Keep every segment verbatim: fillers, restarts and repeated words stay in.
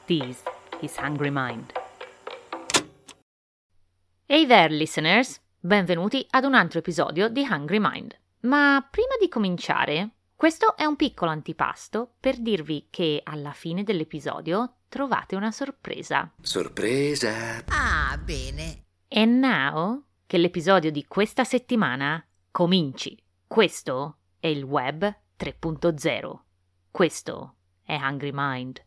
This is Hungry Mind. Hey there, listeners! Benvenuti ad un altro episodio di Hungry Mind. Ma prima di cominciare, questo è un piccolo antipasto per dirvi che alla fine dell'episodio trovate una sorpresa. Sorpresa! Ah, bene! And now che l'episodio di questa settimana cominci. Questo è il web tre punto zero. Questo è Hungry Mind.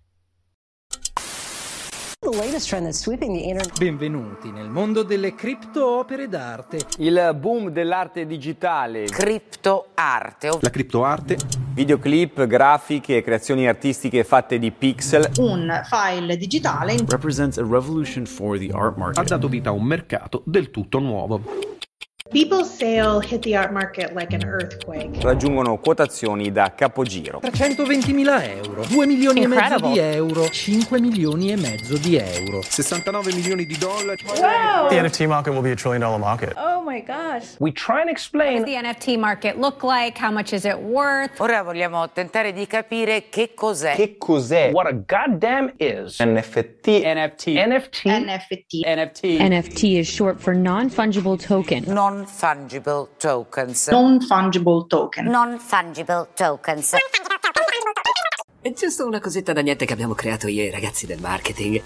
Benvenuti nel mondo delle criptoopere d'arte. Il boom dell'arte digitale. Criptoarte. La criptoarte. Videoclip, grafiche e creazioni artistiche fatte di pixel. Un file digitale Represents a revolution for the art market. Ha dato vita a un mercato del tutto nuovo. Beeple Sale hit the art market like an earthquake. Raggiungono quotazioni da capogiro. trecentoventimila euro, due milioni Incredible. e mezzo di euro, cinque milioni e mezzo di euro. sessantanove milioni di dollari. Wow. The N F T market will be a trillion dollar market. Oh my gosh. We try and explain What does the N F T market look like? How much is it worth? Ora vogliamo tentare di capire che cos'è. Che cos'è? what a goddamn is. N F T. N F T. N F T. N F T. N F T. N F T is short for non-fungible token. Non-fungible tokens. Non-fungible token. Non-fungible tokens. È giusto una cosetta da niente che abbiamo creato io e i ragazzi del marketing.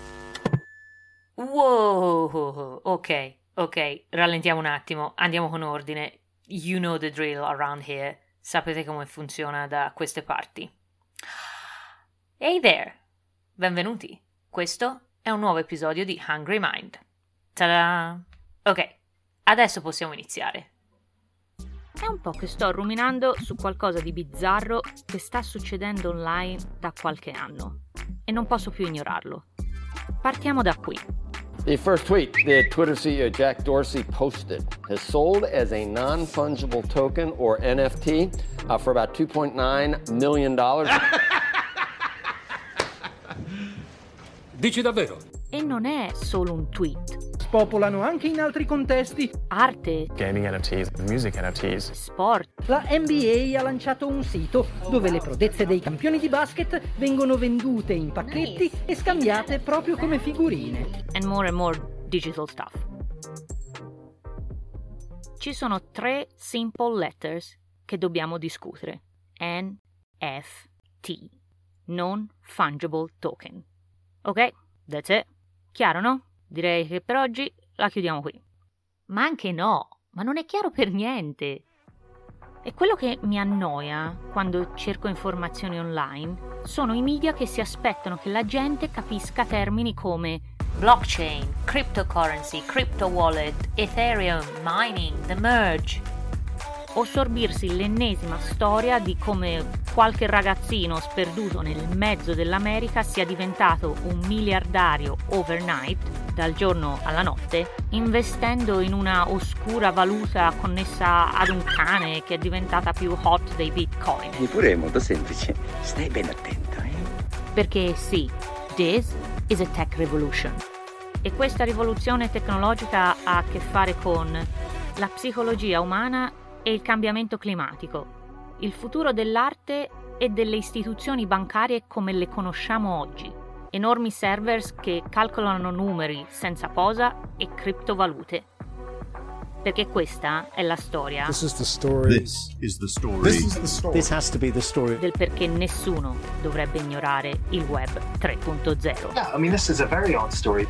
Wow, ok, ok, rallentiamo un attimo, andiamo con ordine. You know the drill around here. Sapete come funziona da queste parti. Hey there, benvenuti. Questo è un nuovo episodio di Hungry Mind. Ta-da! Ok, adesso possiamo iniziare. È un po' che sto ruminando su qualcosa di bizzarro che sta succedendo online da qualche anno e non posso più ignorarlo. Partiamo da qui. The first tweet that Twitter C E O Jack Dorsey posted is sold as a non-fungible token or N F T uh, for about two point nine million dollars. Dici davvero? E non è solo un tweet. Spopolano anche in altri contesti. Arte, Gaming N F Ts, music N F Ts. sport, La N B A ha lanciato un sito dove le prodezze dei campioni di basket vengono vendute in pacchetti e scambiate proprio come figurine. and more and more digital stuff. Ci sono tre simple letters che dobbiamo discutere. N F T. Non-fungible token. Ok, that's it. Chiaro, no? Direi che per oggi la chiudiamo qui. Ma anche no, ma non è chiaro per niente. E quello che mi annoia quando cerco informazioni online sono i media che si aspettano che la gente capisca termini come blockchain, cryptocurrency, crypto wallet, Ethereum, mining, the merge. O sorbirsi l'ennesima storia di come qualche ragazzino sperduto nel mezzo dell'America sia diventato un miliardario overnight, dal giorno alla notte, investendo in una oscura valuta connessa ad un cane che è diventata più hot dei bitcoin. Eppure è molto semplice. Stai ben attento, eh? Perché sì, this is a tech revolution. E questa rivoluzione tecnologica ha a che fare con la psicologia umana e il cambiamento climatico, il futuro dell'arte e delle istituzioni bancarie come le conosciamo oggi, enormi servers che calcolano numeri senza posa e criptovalute. Perché questa è la storia. This is the story. This is the story. This is the story. This has to be the story. Del perché nessuno dovrebbe ignorare il web tre punto zero. Yeah, I mean this is a very odd story.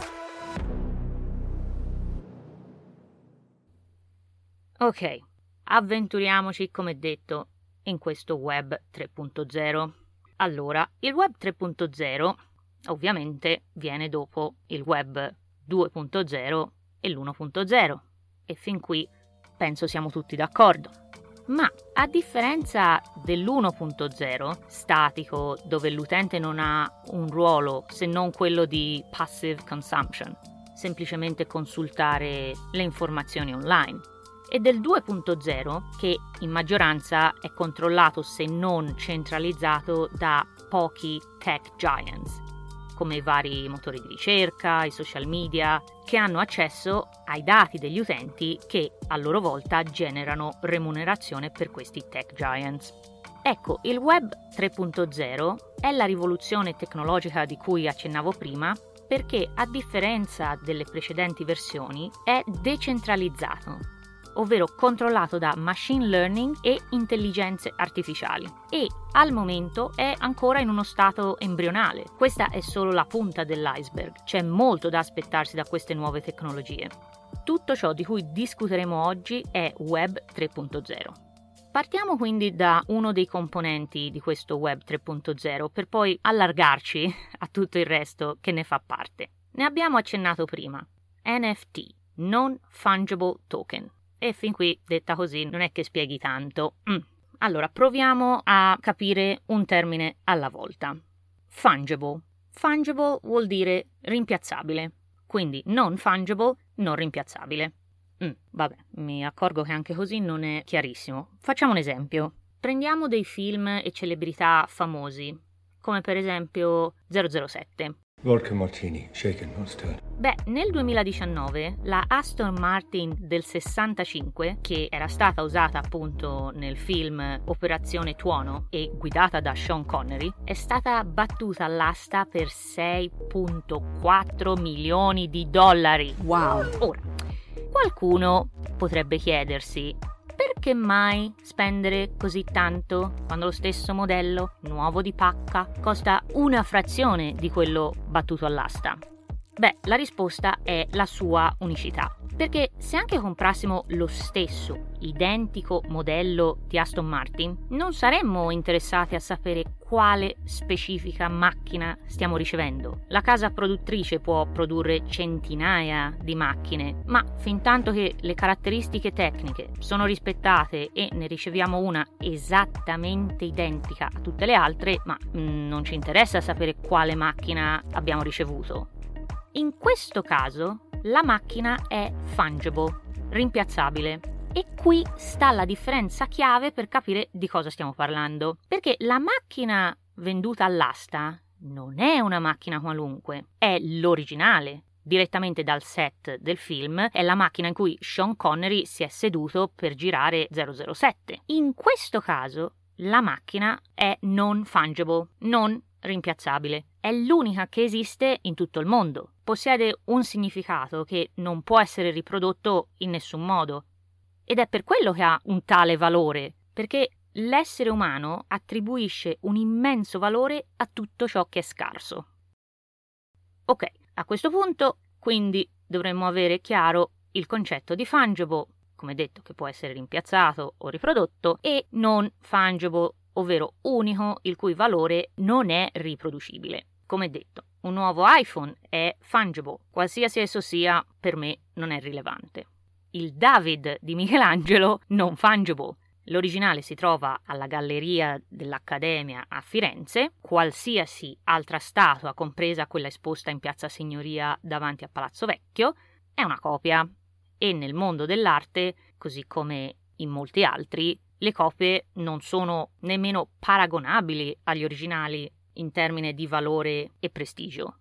Ok, avventuriamoci, come detto, in questo web tre punto zero. Allora, il web tre punto zero ovviamente viene dopo il web due punto zero e l'uno punto zero e fin qui penso siamo tutti d'accordo. Ma a differenza dell'uno punto zero, statico, dove l'utente non ha un ruolo se non quello di passive consumption, semplicemente consultare le informazioni online, e del due punto zero, che in maggioranza è controllato se non centralizzato da pochi tech giants, come i vari motori di ricerca, i social media, che hanno accesso ai dati degli utenti che a loro volta generano remunerazione per questi tech giants. Ecco, il web tre punto zero è la rivoluzione tecnologica di cui accennavo prima, perché a differenza delle precedenti versioni è decentralizzato, ovvero controllato da machine learning e intelligenze artificiali, e al momento è ancora in uno stato embrionale. Questa è solo la punta dell'iceberg, c'è molto da aspettarsi da queste nuove tecnologie. Tutto ciò di cui discuteremo oggi è web tre punto zero. Partiamo quindi da uno dei componenti di questo web tre punto zero per poi allargarci a tutto il resto che ne fa parte. Ne abbiamo accennato prima, N F T, Non Fungible Token. E fin qui, detta così, non è che spieghi tanto. Mm. Allora, proviamo a capire un termine alla volta. Fungible. Fungible vuol dire rimpiazzabile, quindi non fungible, non rimpiazzabile. Mm, vabbè, mi accorgo che anche così non è chiarissimo. Facciamo un esempio. Prendiamo dei film e celebrità famosi, come per esempio zero zero sette. Vodka martini, shaken, not stirred. Beh, nel duemiladiciannove la Aston Martin del sessantacinque, che era stata usata appunto nel film Operazione Tuono e guidata da Sean Connery, è stata battuta all'asta per sei virgola quattro milioni di dollari. Wow! Ora, qualcuno potrebbe chiedersi: perché mai spendere così tanto quando lo stesso modello nuovo di pacca costa una frazione di quello battuto all'asta? Beh, la risposta è la sua unicità, perché se anche comprassimo lo stesso identico modello di Aston Martin, non saremmo interessati a sapere quale specifica macchina stiamo ricevendo. La casa produttrice può produrre centinaia di macchine, ma fintanto che le caratteristiche tecniche sono rispettate e ne riceviamo una esattamente identica a tutte le altre, ma mm, non ci interessa sapere quale macchina abbiamo ricevuto. In questo caso la macchina è fungible, rimpiazzabile. E qui sta la differenza chiave per capire di cosa stiamo parlando. Perché la macchina venduta all'asta non è una macchina qualunque, è l'originale. Direttamente dal set del film è la macchina in cui Sean Connery si è seduto per girare zero zero sette. In questo caso la macchina è non fungible, non rimpiazzabile. È l'unica che esiste in tutto il mondo. Possiede un significato che non può essere riprodotto in nessun modo. Ed è per quello che ha un tale valore, perché l'essere umano attribuisce un immenso valore a tutto ciò che è scarso. Ok, a questo punto, quindi, dovremmo avere chiaro il concetto di fungible, come detto, che può essere rimpiazzato o riprodotto, e non fungible, ovvero unico, il cui valore non è riproducibile. Come detto, un nuovo iPhone è fungible, qualsiasi esso sia, per me non è rilevante. Il David di Michelangelo non fungible. L'originale si trova alla Galleria dell'Accademia a Firenze. Qualsiasi altra statua, compresa quella esposta in Piazza Signoria davanti a Palazzo Vecchio, è una copia. E nel mondo dell'arte, così come in molti altri, le copie non sono nemmeno paragonabili agli originali in termini di valore e prestigio.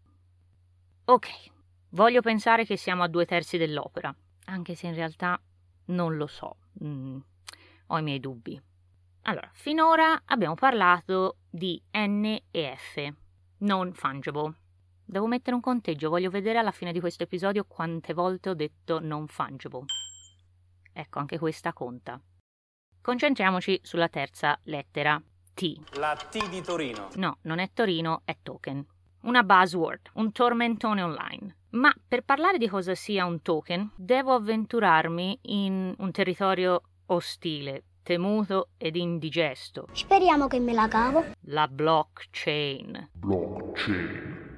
Ok, voglio pensare che siamo a due terzi dell'opera, anche se in realtà non lo so, mm, ho i miei dubbi. Allora, finora abbiamo parlato di N e F, non fungible. Devo mettere un conteggio, voglio vedere alla fine di questo episodio quante volte ho detto non fungible. Ecco, anche questa conta. Concentriamoci sulla terza lettera, T. La T di Torino. No, non è Torino, è token. Una buzzword, un tormentone online. Ma per parlare di cosa sia un token, devo avventurarmi in un territorio ostile, temuto ed indigesto. Speriamo che me la cavo. La blockchain. Blockchain.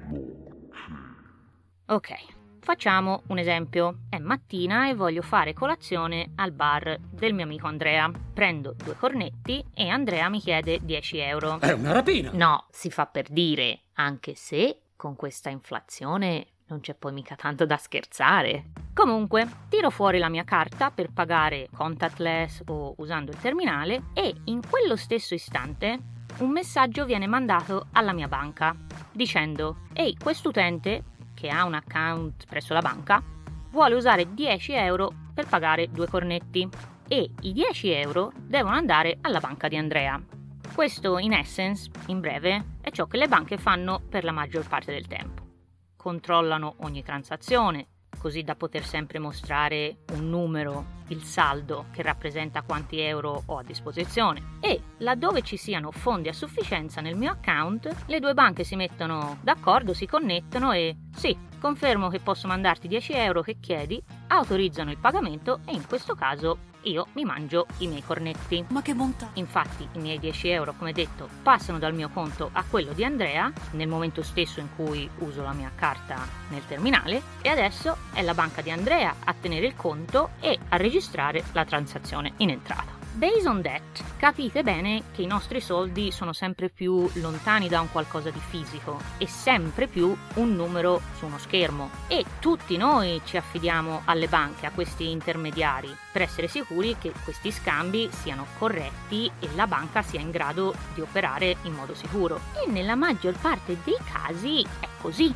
Ok, facciamo un esempio. È mattina e voglio fare colazione al bar del mio amico Andrea. Prendo due cornetti e Andrea mi chiede dieci euro. È una rapina! No, si fa per dire, anche se con questa inflazione non c'è poi mica tanto da scherzare. Comunque, tiro fuori la mia carta per pagare contactless o usando il terminale e in quello stesso istante un messaggio viene mandato alla mia banca dicendo: ehi, quest'utente che ha un account presso la banca vuole usare dieci euro per pagare due cornetti e i dieci euro devono andare alla banca di Andrea. Questo, in essence, in breve, è ciò che le banche fanno per la maggior parte del tempo. Controllano ogni transazione, così da poter sempre mostrare un numero, il saldo, che rappresenta quanti euro ho a disposizione. E laddove ci siano fondi a sufficienza nel mio account, le due banche si mettono d'accordo, si connettono e sì, confermo che posso mandarti dieci euro che chiedi, autorizzano il pagamento e in questo caso io mi mangio i miei cornetti. Ma che bontà! Infatti i miei dieci euro, come detto, passano dal mio conto a quello di Andrea nel momento stesso in cui uso la mia carta nel terminale e adesso è la banca di Andrea a tenere il conto e a registrare la transazione in entrata. Based on that, capite bene che i nostri soldi sono sempre più lontani da un qualcosa di fisico e sempre più un numero su uno schermo. E tutti noi ci affidiamo alle banche, a questi intermediari, per essere sicuri che questi scambi siano corretti e la banca sia in grado di operare in modo sicuro. E nella maggior parte dei casi è così.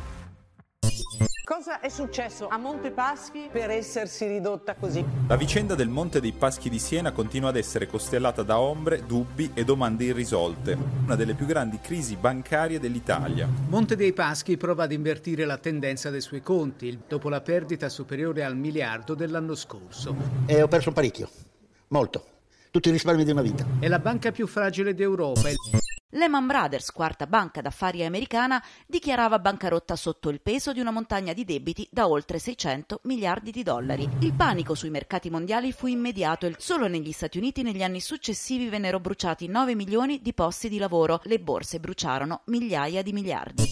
Cosa è successo a Monte Paschi per essersi ridotta così? La vicenda del Monte dei Paschi di Siena continua ad essere costellata da ombre, dubbi e domande irrisolte. Una delle più grandi crisi bancarie dell'Italia. Monte dei Paschi prova ad invertire la tendenza dei suoi conti dopo la perdita superiore al miliardo dell'anno scorso. E ho perso un parecchio, molto. Tutti i risparmi di una vita. È la banca più fragile d'Europa. Lehman Brothers, quarta banca d'affari americana, dichiarava bancarotta sotto il peso di una montagna di debiti da oltre seicento miliardi di dollari. Il panico sui mercati mondiali fu immediato e solo negli Stati Uniti negli anni successivi vennero bruciati nove milioni di posti di lavoro. Le borse bruciarono migliaia di miliardi.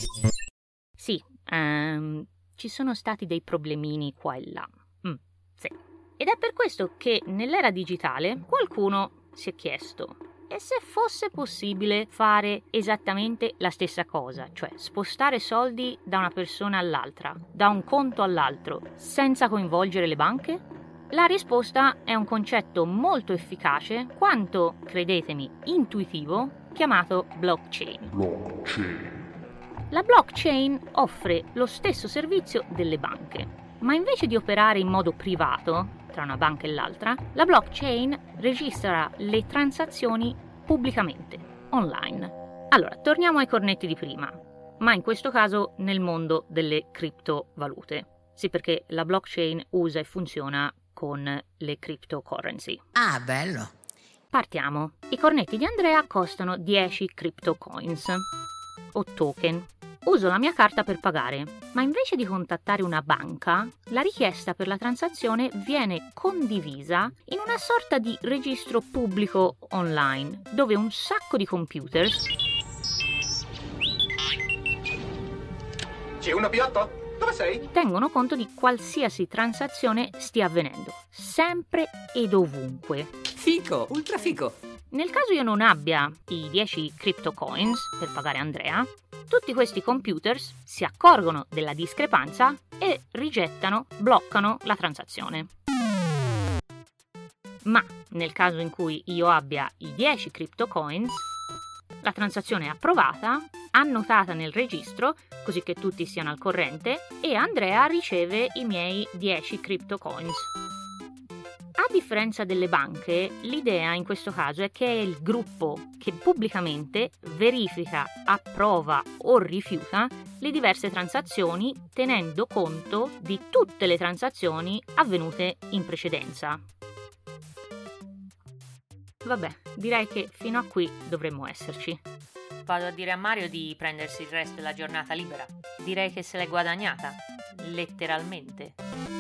Sì, um, ci sono stati dei problemini qua e là. Mm, sì. Ed è per questo che nell'era digitale qualcuno si è chiesto: e se fosse possibile fare esattamente la stessa cosa, cioè spostare soldi da una persona all'altra, da un conto all'altro, senza coinvolgere le banche? La risposta è un concetto molto efficace, quanto, credetemi, intuitivo, chiamato blockchain. Blockchain. La blockchain offre lo stesso servizio delle banche, ma invece di operare in modo privato, tra una banca e l'altra, la blockchain registra le transazioni pubblicamente, online. Allora, torniamo ai cornetti di prima, ma in questo caso nel mondo delle criptovalute. Sì, perché la blockchain usa e funziona con le cryptocurrency. Ah, bello! Partiamo. I cornetti di Andrea costano dieci cryptocoins o token. Uso la mia carta per pagare, ma invece di contattare una banca, la richiesta per la transazione viene condivisa in una sorta di registro pubblico online, dove un sacco di computer... C'è uno piatto? Dove sei? Tengono conto di qualsiasi transazione stia avvenendo, sempre ed ovunque. Fico, ultra fico! Nel caso io non abbia i dieci cryptocoins per pagare Andrea, tutti questi computers si accorgono della discrepanza e rigettano, bloccano la transazione. Ma nel caso in cui io abbia i dieci cryptocoins, la transazione è approvata, annotata nel registro, così che tutti siano al corrente, e Andrea riceve i miei dieci cryptocoins. A differenza delle banche, l'idea in questo caso è che è il gruppo che pubblicamente verifica, approva o rifiuta le diverse transazioni, tenendo conto di tutte le transazioni avvenute in precedenza. Vabbè, direi che fino a qui dovremmo esserci. Vado a dire a Mario di prendersi il resto della giornata libera. Direi che se l'è guadagnata, letteralmente.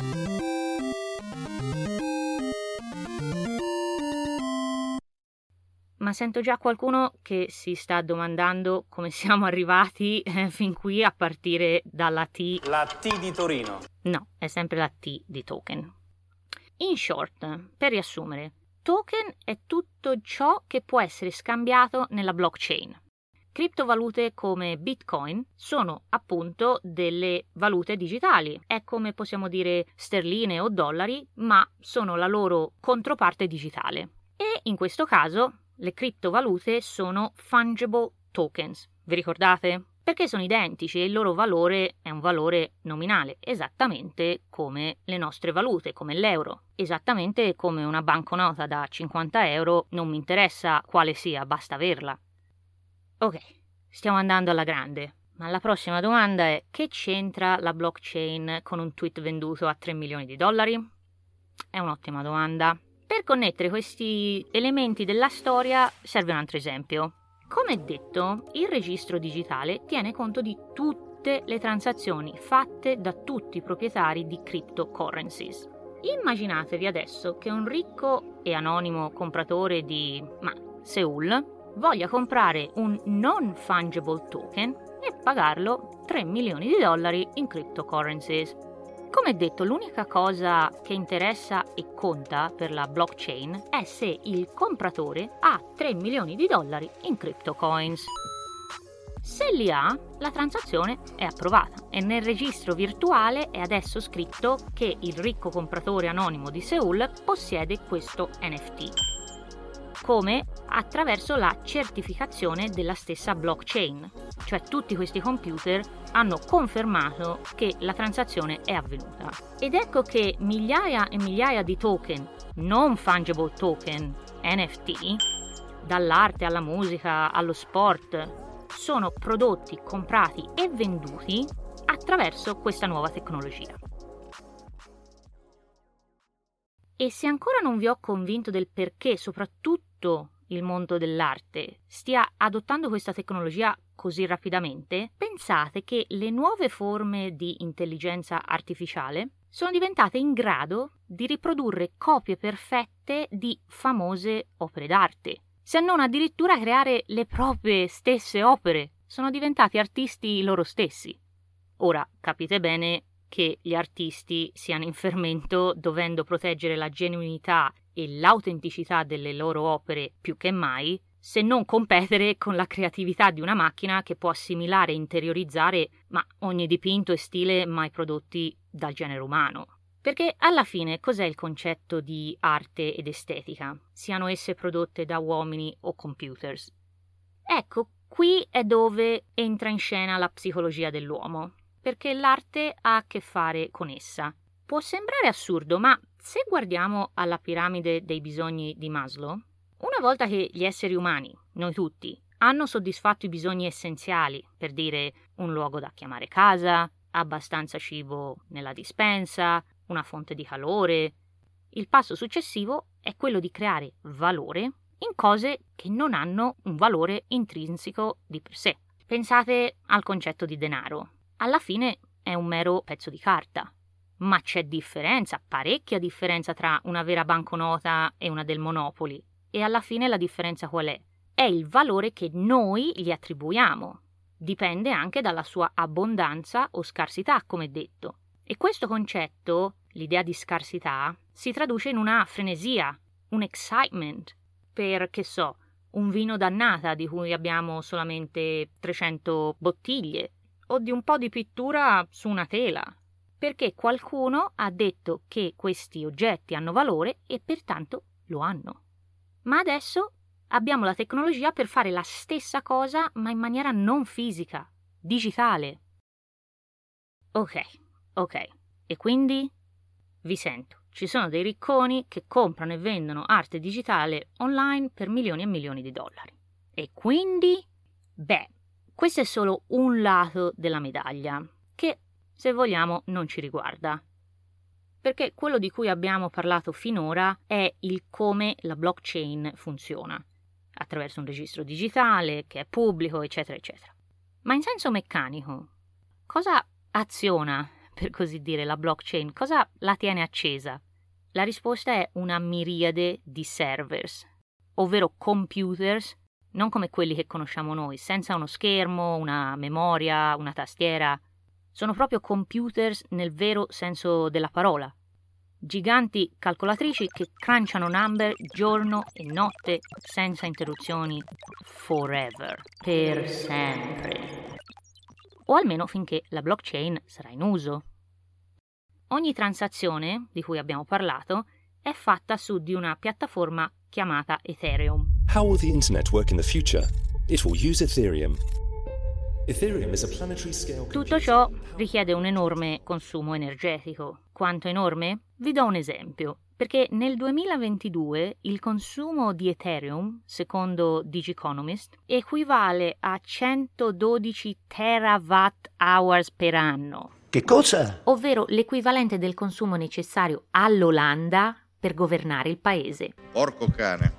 Ma sento già qualcuno che si sta domandando come siamo arrivati eh, fin qui a partire dalla T. La T di Torino. No, è sempre la T di token. In short, per riassumere, token è tutto ciò che può essere scambiato nella blockchain. Criptovalute come Bitcoin sono appunto delle valute digitali. È come possiamo dire sterline o dollari, ma sono la loro controparte digitale. E in questo caso le criptovalute sono fungible tokens. Vi ricordate? Perché sono identici e il loro valore è un valore nominale, esattamente come le nostre valute, come l'euro. Esattamente come una banconota da cinquanta euro, non mi interessa quale sia, basta averla. Ok, stiamo andando alla grande, ma la prossima domanda è: che c'entra la blockchain con un tweet venduto a tre milioni di dollari? È un'ottima domanda. Per connettere questi elementi della storia serve un altro esempio. Come detto, il registro digitale tiene conto di tutte le transazioni fatte da tutti i proprietari di cryptocurrencies. Immaginatevi adesso che un ricco e anonimo compratore di, ma, Seoul voglia comprare un non-fungible token e pagarlo tre milioni di dollari in cryptocurrencies. Come detto, l'unica cosa che interessa e conta per la blockchain è se il compratore ha tre milioni di dollari in cryptocoins. Se li ha, la transazione è approvata e nel registro virtuale è adesso scritto che il ricco compratore anonimo di Seoul possiede questo N F T. Come? Attraverso la certificazione della stessa blockchain, cioè tutti questi computer hanno confermato che la transazione è avvenuta. Ed ecco che migliaia e migliaia di token, non fungible token, N F T, dall'arte alla musica allo sport, sono prodotti, comprati e venduti attraverso questa nuova tecnologia. E se ancora non vi ho convinto del perché soprattutto il mondo dell'arte stia adottando questa tecnologia così rapidamente, pensate che le nuove forme di intelligenza artificiale sono diventate in grado di riprodurre copie perfette di famose opere d'arte, se non addirittura creare le proprie stesse opere. Sono diventati artisti loro stessi. Ora, capite bene che gli artisti siano in fermento, dovendo proteggere la genuinità e l'autenticità delle loro opere più che mai, se non competere con la creatività di una macchina che può assimilare e interiorizzare ma ogni dipinto e stile mai prodotti dal genere umano. Perché alla fine cos'è il concetto di arte ed estetica, siano esse prodotte da uomini o computers? Ecco, qui è dove entra in scena la psicologia dell'uomo, perché l'arte ha a che fare con essa. Può sembrare assurdo, ma se guardiamo alla piramide dei bisogni di Maslow, una volta che gli esseri umani, noi tutti, hanno soddisfatto i bisogni essenziali, per dire un luogo da chiamare casa, abbastanza cibo nella dispensa, una fonte di calore, il passo successivo è quello di creare valore in cose che non hanno un valore intrinseco di per sé. Pensate al concetto di denaro. Alla fine è un mero pezzo di carta. Ma c'è differenza, parecchia differenza tra una vera banconota e una del Monopoly. E alla fine la differenza qual è? È il valore che noi gli attribuiamo. Dipende anche dalla sua abbondanza o scarsità, come detto. E questo concetto, l'idea di scarsità, si traduce in una frenesia, un excitement, per, che so, un vino d'annata di cui abbiamo solamente trecento bottiglie, o di un po' di pittura su una tela. Perché qualcuno ha detto che questi oggetti hanno valore e pertanto lo hanno. Ma adesso abbiamo la tecnologia per fare la stessa cosa ma in maniera non fisica, digitale. Ok, ok. E quindi? Vi sento. Ci sono dei ricconi che comprano e vendono arte digitale online per milioni e milioni di dollari. E quindi? Beh, questo è solo un lato della medaglia, che se vogliamo non ci riguarda. Perché quello di cui abbiamo parlato finora è il come la blockchain funziona, attraverso un registro digitale che è pubblico, eccetera, eccetera. Ma in senso meccanico, cosa aziona, per così dire, la blockchain? Cosa la tiene accesa? La risposta è una miriade di servers, ovvero computers, non come quelli che conosciamo noi, senza uno schermo, una memoria, una tastiera. Sono proprio computers nel vero senso della parola. Giganti calcolatrici che crunchano number giorno e notte senza interruzioni, forever, per sempre. O almeno finché la blockchain sarà in uso. Ogni transazione di cui abbiamo parlato è fatta su di una piattaforma chiamata Ethereum. How will the internet work in the future? It will use Ethereum. Ethereum is a planetary scale computer. Tutto ciò richiede un enorme consumo energetico. Quanto enorme? Vi do un esempio. perché nel duemilaventidue il consumo di Ethereum, secondo Digiconomist, equivale a centododici terawatt hours per anno. Che cosa? Ovvero l'equivalente del consumo necessario all'Olanda per governare il paese. Porco cane.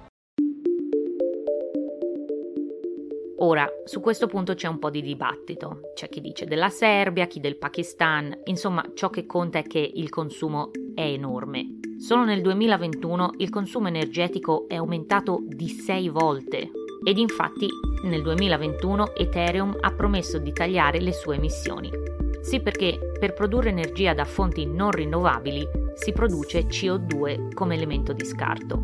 Ora, su questo punto c'è un po' di dibattito. C'è chi dice della Serbia, chi del Pakistan. Insomma, ciò che conta è che il consumo è enorme. Solo nel duemilaventuno il consumo energetico è aumentato di sei volte. Ed infatti, nel duemilaventuno Ethereum ha promesso di tagliare le sue emissioni. Sì, perché per produrre energia da fonti non rinnovabili si produce C O due come elemento di scarto.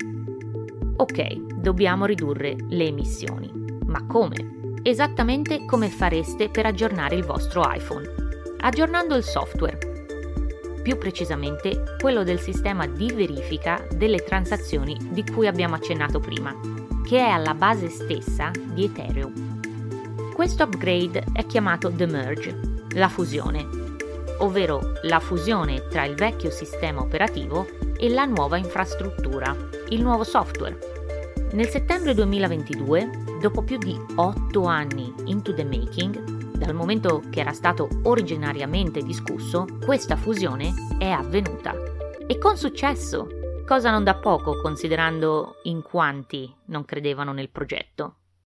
Ok, dobbiamo ridurre le emissioni. Ma come? Esattamente come fareste per aggiornare il vostro iPhone, aggiornando il software, più precisamente quello del sistema di verifica delle transazioni di cui abbiamo accennato prima, che è alla base stessa di Ethereum. Questo upgrade è chiamato The Merge, la fusione, ovvero la fusione tra il vecchio sistema operativo e la nuova infrastruttura, il nuovo software. Nel settembre duemilaventidue, dopo più di otto anni into the making, dal momento che era stato originariamente discusso, questa fusione è avvenuta. E con successo, cosa non da poco considerando in quanti non credevano nel progetto.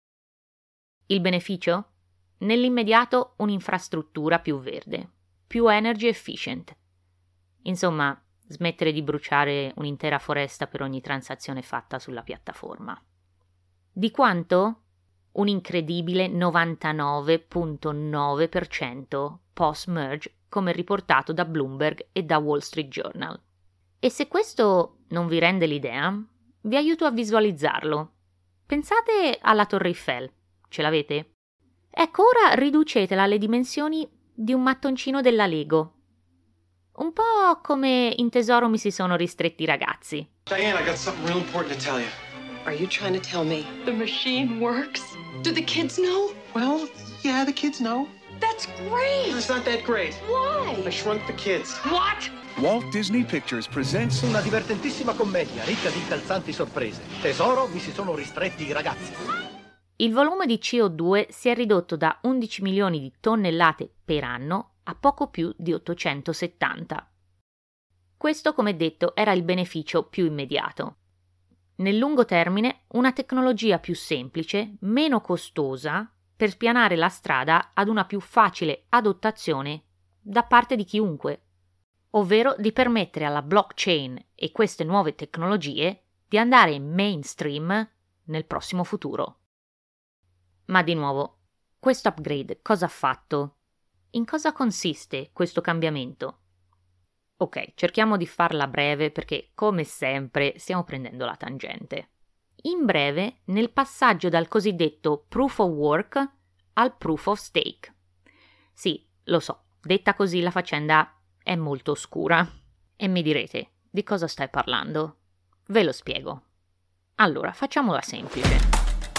Il beneficio? Nell'immediato un'infrastruttura più verde, più energy efficient. Insomma, smettere di bruciare un'intera foresta per ogni transazione fatta sulla piattaforma. Di quanto? Un incredibile novantanove virgola nove per cento post-merge, come riportato da Bloomberg e da Wall Street Journal. E se questo non vi rende l'idea, vi aiuto a visualizzarlo. Pensate alla Torre Eiffel, ce l'avete? Ecco, ora riducetela alle dimensioni di un mattoncino della Lego. Un po' come in Tesoro mi si sono ristretti i ragazzi. Diane, I got something real important to tell you. Are you trying to tell me The machine works? Do the kids know? Well, yeah, the kids know. That's great! It's not that great. Why? I shrunk the kids. What? Walt Disney Pictures presents una divertentissima commedia ricca di incalzanti sorprese. Tesoro, mi si sono ristretti i ragazzi. Il volume di C O due si è ridotto da undici milioni di tonnellate per anno a poco più di ottocentosettanta. Questo, come detto, era il beneficio più immediato. Nel lungo termine, una tecnologia più semplice, meno costosa, per spianare la strada ad una più facile adottazione da parte di chiunque, ovvero di permettere alla blockchain e queste nuove tecnologie di andare mainstream nel prossimo futuro. Ma di nuovo, questo upgrade cosa ha fatto? In cosa consiste questo cambiamento? Ok, cerchiamo di farla breve perché, come sempre, stiamo prendendo la tangente. In breve, nel passaggio dal cosiddetto proof of work al proof of stake. Sì, lo so, detta così la faccenda è molto oscura. E mi direte, di cosa stai parlando? Ve lo spiego. Allora, facciamola semplice.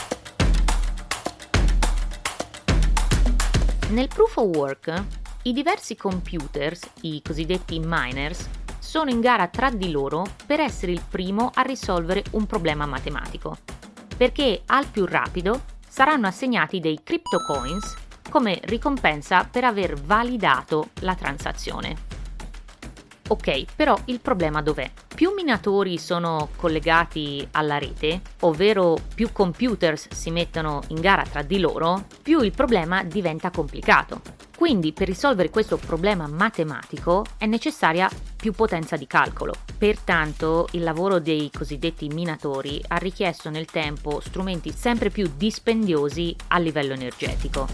Nel proof of work, i diversi computers, i cosiddetti miners, sono in gara tra di loro per essere il primo a risolvere un problema matematico, perché al più rapido saranno assegnati dei cryptocoins come ricompensa per aver validato la transazione. Ok, però il problema dov'è? Più minatori sono collegati alla rete, ovvero più computers si mettono in gara tra di loro, più il problema diventa complicato. Quindi per risolvere questo problema matematico è necessaria più potenza di calcolo. Pertanto il lavoro dei cosiddetti minatori ha richiesto nel tempo strumenti sempre più dispendiosi a livello energetico.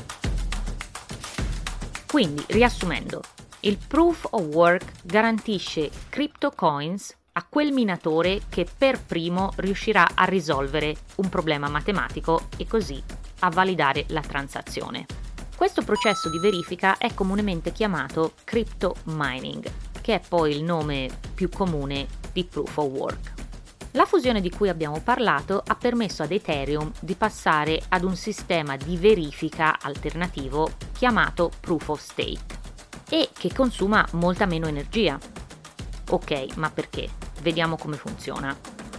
Quindi, riassumendo, il proof of work garantisce cryptocoins a quel minatore che per primo riuscirà a risolvere un problema matematico e così a validare la transazione. Questo processo di verifica è comunemente chiamato crypto mining, che è poi il nome più comune di proof of work. La fusione di cui abbiamo parlato ha permesso ad Ethereum di passare ad un sistema di verifica alternativo chiamato proof of stake e che consuma molta meno energia. Ok, ma perché? Vediamo come funziona.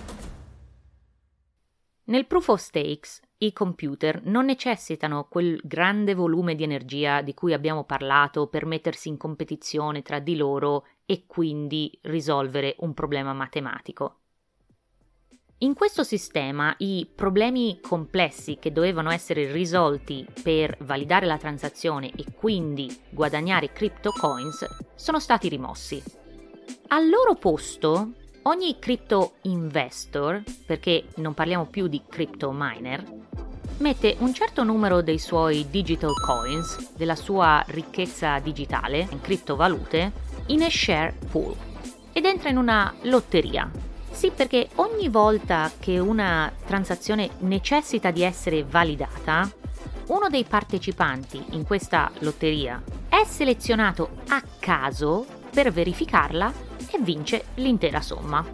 Nel Proof of Stakes i computer non necessitano quel grande volume di energia di cui abbiamo parlato per mettersi in competizione tra di loro e quindi risolvere un problema matematico. In questo sistema i problemi complessi che dovevano essere risolti per validare la transazione e quindi guadagnare cryptocoins sono stati rimossi. Al loro posto, ogni crypto investor, perché non parliamo più di crypto miner, mette un certo numero dei suoi digital coins, della sua ricchezza digitale in criptovalute, in a share pool ed entra in una lotteria. Sì, perché ogni volta che una transazione necessita di essere validata, uno dei partecipanti in questa lotteria è selezionato a caso per verificarla e vince l'intera somma.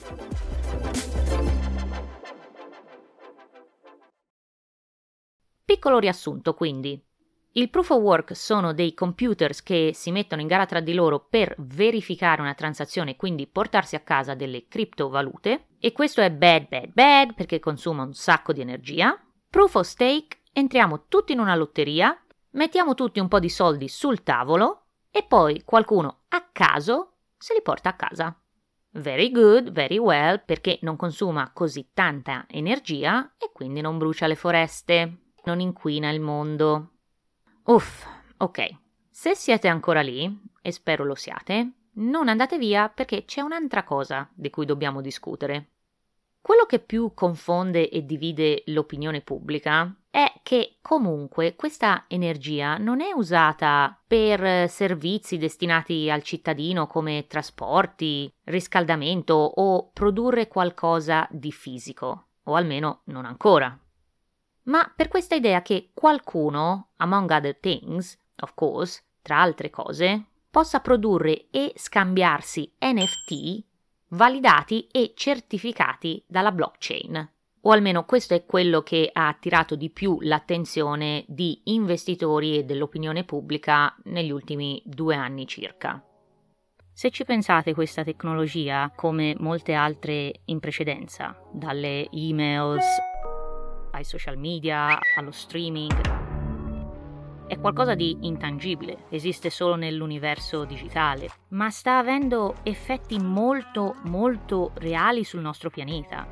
Piccolo riassunto, quindi. Il proof of work sono dei computers che si mettono in gara tra di loro per verificare una transazione e quindi portarsi a casa delle criptovalute, e questo è bad bad bad perché consuma un sacco di energia. Proof of stake, entriamo tutti in una lotteria, mettiamo tutti un po' di soldi sul tavolo e poi qualcuno a caso se li porta a casa. Very good, very well, perché non consuma così tanta energia e quindi non brucia le foreste, non inquina il mondo. Uff, ok. Se siete ancora lì, e spero lo siate, non andate via perché c'è un'altra cosa di cui dobbiamo discutere. Quello che più confonde e divide l'opinione pubblica è che comunque questa energia non è usata per servizi destinati al cittadino come trasporti, riscaldamento o produrre qualcosa di fisico, o almeno non ancora. Ma per questa idea che qualcuno, among other things, of course, tra altre cose, possa produrre e scambiarsi N F T validati e certificati dalla blockchain. O almeno questo è quello che ha attirato di più l'attenzione di investitori e dell'opinione pubblica negli ultimi due anni circa. Se ci pensate, questa tecnologia, come molte altre in precedenza, dalle emails ai social media, allo streaming, è qualcosa di intangibile, esiste solo nell'universo digitale, ma sta avendo effetti molto, molto reali sul nostro pianeta.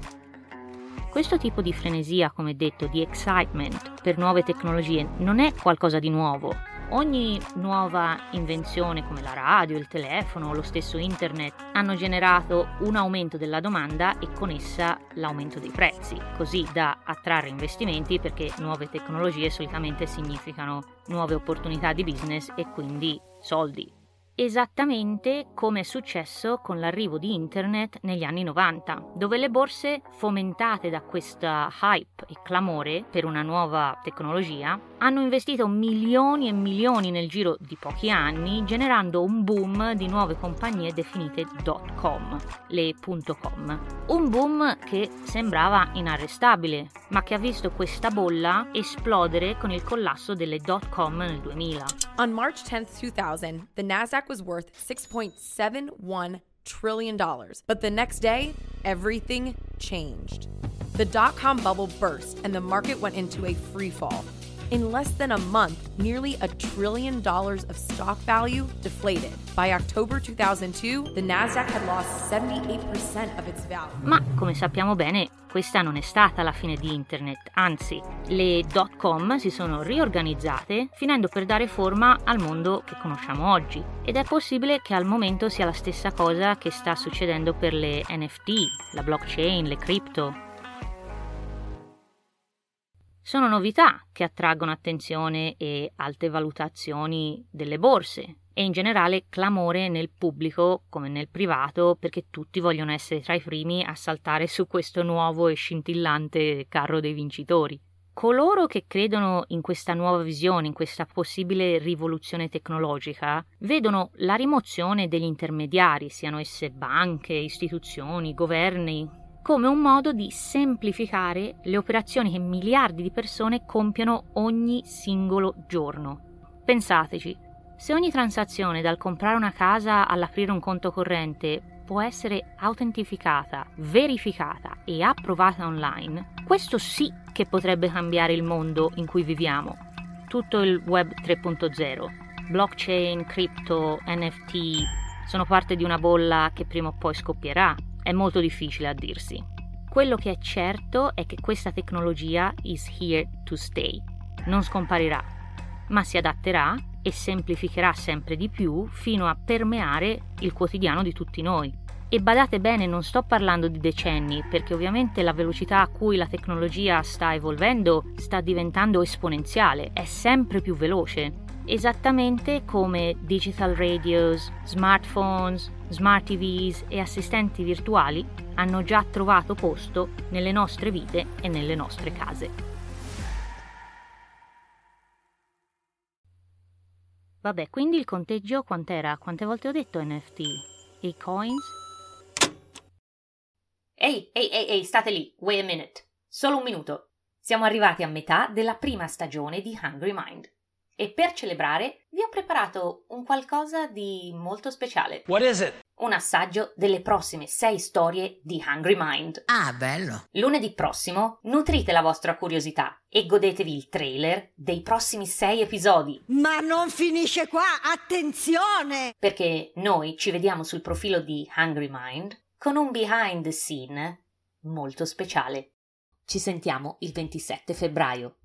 Questo tipo di frenesia, come detto, di excitement per nuove tecnologie non è qualcosa di nuovo. Ogni nuova invenzione come la radio, il telefono, lo stesso internet hanno generato un aumento della domanda e con essa l'aumento dei prezzi, così da attrarre investimenti perché nuove tecnologie solitamente significano nuove opportunità di business e quindi soldi. Esattamente come è successo con l'arrivo di internet negli anni novanta, dove le borse, fomentate da questa hype e clamore per una nuova tecnologia, hanno investito milioni e milioni nel giro di pochi anni, generando un boom di nuove compagnie definite dot com, le .com. Un boom che sembrava inarrestabile, ma che ha visto questa bolla esplodere con il collasso delle dot com nel duemila. On March tenth, two thousand, the Nasdaq was worth six point seven one trillion dollars. But the next day, everything changed. The dot-com bubble burst and the market went into a free fall. In less than a month, nearly a trillion dollars of stock value deflated. By October two thousand two, the Nasdaq had lost seventy-eight percent of its value. Ma come sappiamo bene, questa non è stata la fine di internet, anzi, le dot com si sono riorganizzate finendo per dare forma al mondo che conosciamo oggi. Ed è possibile che al momento sia la stessa cosa che sta succedendo per le N F T, la blockchain, le cripto. Sono novità che attraggono attenzione e alte valutazioni delle borse e in generale clamore nel pubblico come nel privato perché tutti vogliono essere tra i primi a saltare su questo nuovo e scintillante carro dei vincitori. Coloro che credono in questa nuova visione, in questa possibile rivoluzione tecnologica, vedono la rimozione degli intermediari, siano esse banche, istituzioni, governi, come un modo di semplificare le operazioni che miliardi di persone compiono ogni singolo giorno. Pensateci, Se ogni transazione dal comprare una casa all'aprire un conto corrente può essere autentificata, verificata e approvata online, questo sì che potrebbe cambiare il mondo in cui viviamo. Tutto il web tre punto zero, blockchain, crypto, N F T, sono parte di una bolla che prima o poi scoppierà. È molto difficile a dirsi. Quello che è certo è che questa tecnologia is here to stay. Non scomparirà, ma si adatterà e semplificherà sempre di più fino a permeare il quotidiano di tutti noi. E badate bene, non sto parlando di decenni, perché ovviamente la velocità a cui la tecnologia sta evolvendo sta diventando esponenziale, è sempre più veloce. Esattamente come digital radios, smartphones, smart T Vs e assistenti virtuali hanno già trovato posto nelle nostre vite e nelle nostre case. Vabbè, quindi il conteggio quant'era? Quante volte ho detto N F T? E coins? Ehi, ehi, ehi, ehi, state lì, wait a minute. Solo un minuto. Siamo arrivati a metà della prima stagione di Hungry Mind. E per celebrare vi ho preparato un qualcosa di molto speciale. What is it? Un assaggio delle prossime sei storie di Hungry Mind. Ah, bello! Lunedì prossimo nutrite la vostra curiosità e godetevi il trailer dei prossimi sei episodi. Ma non finisce qua, attenzione! Perché noi ci vediamo sul profilo di Hungry Mind con un behind the scene molto speciale. Ci sentiamo il ventisette febbraio.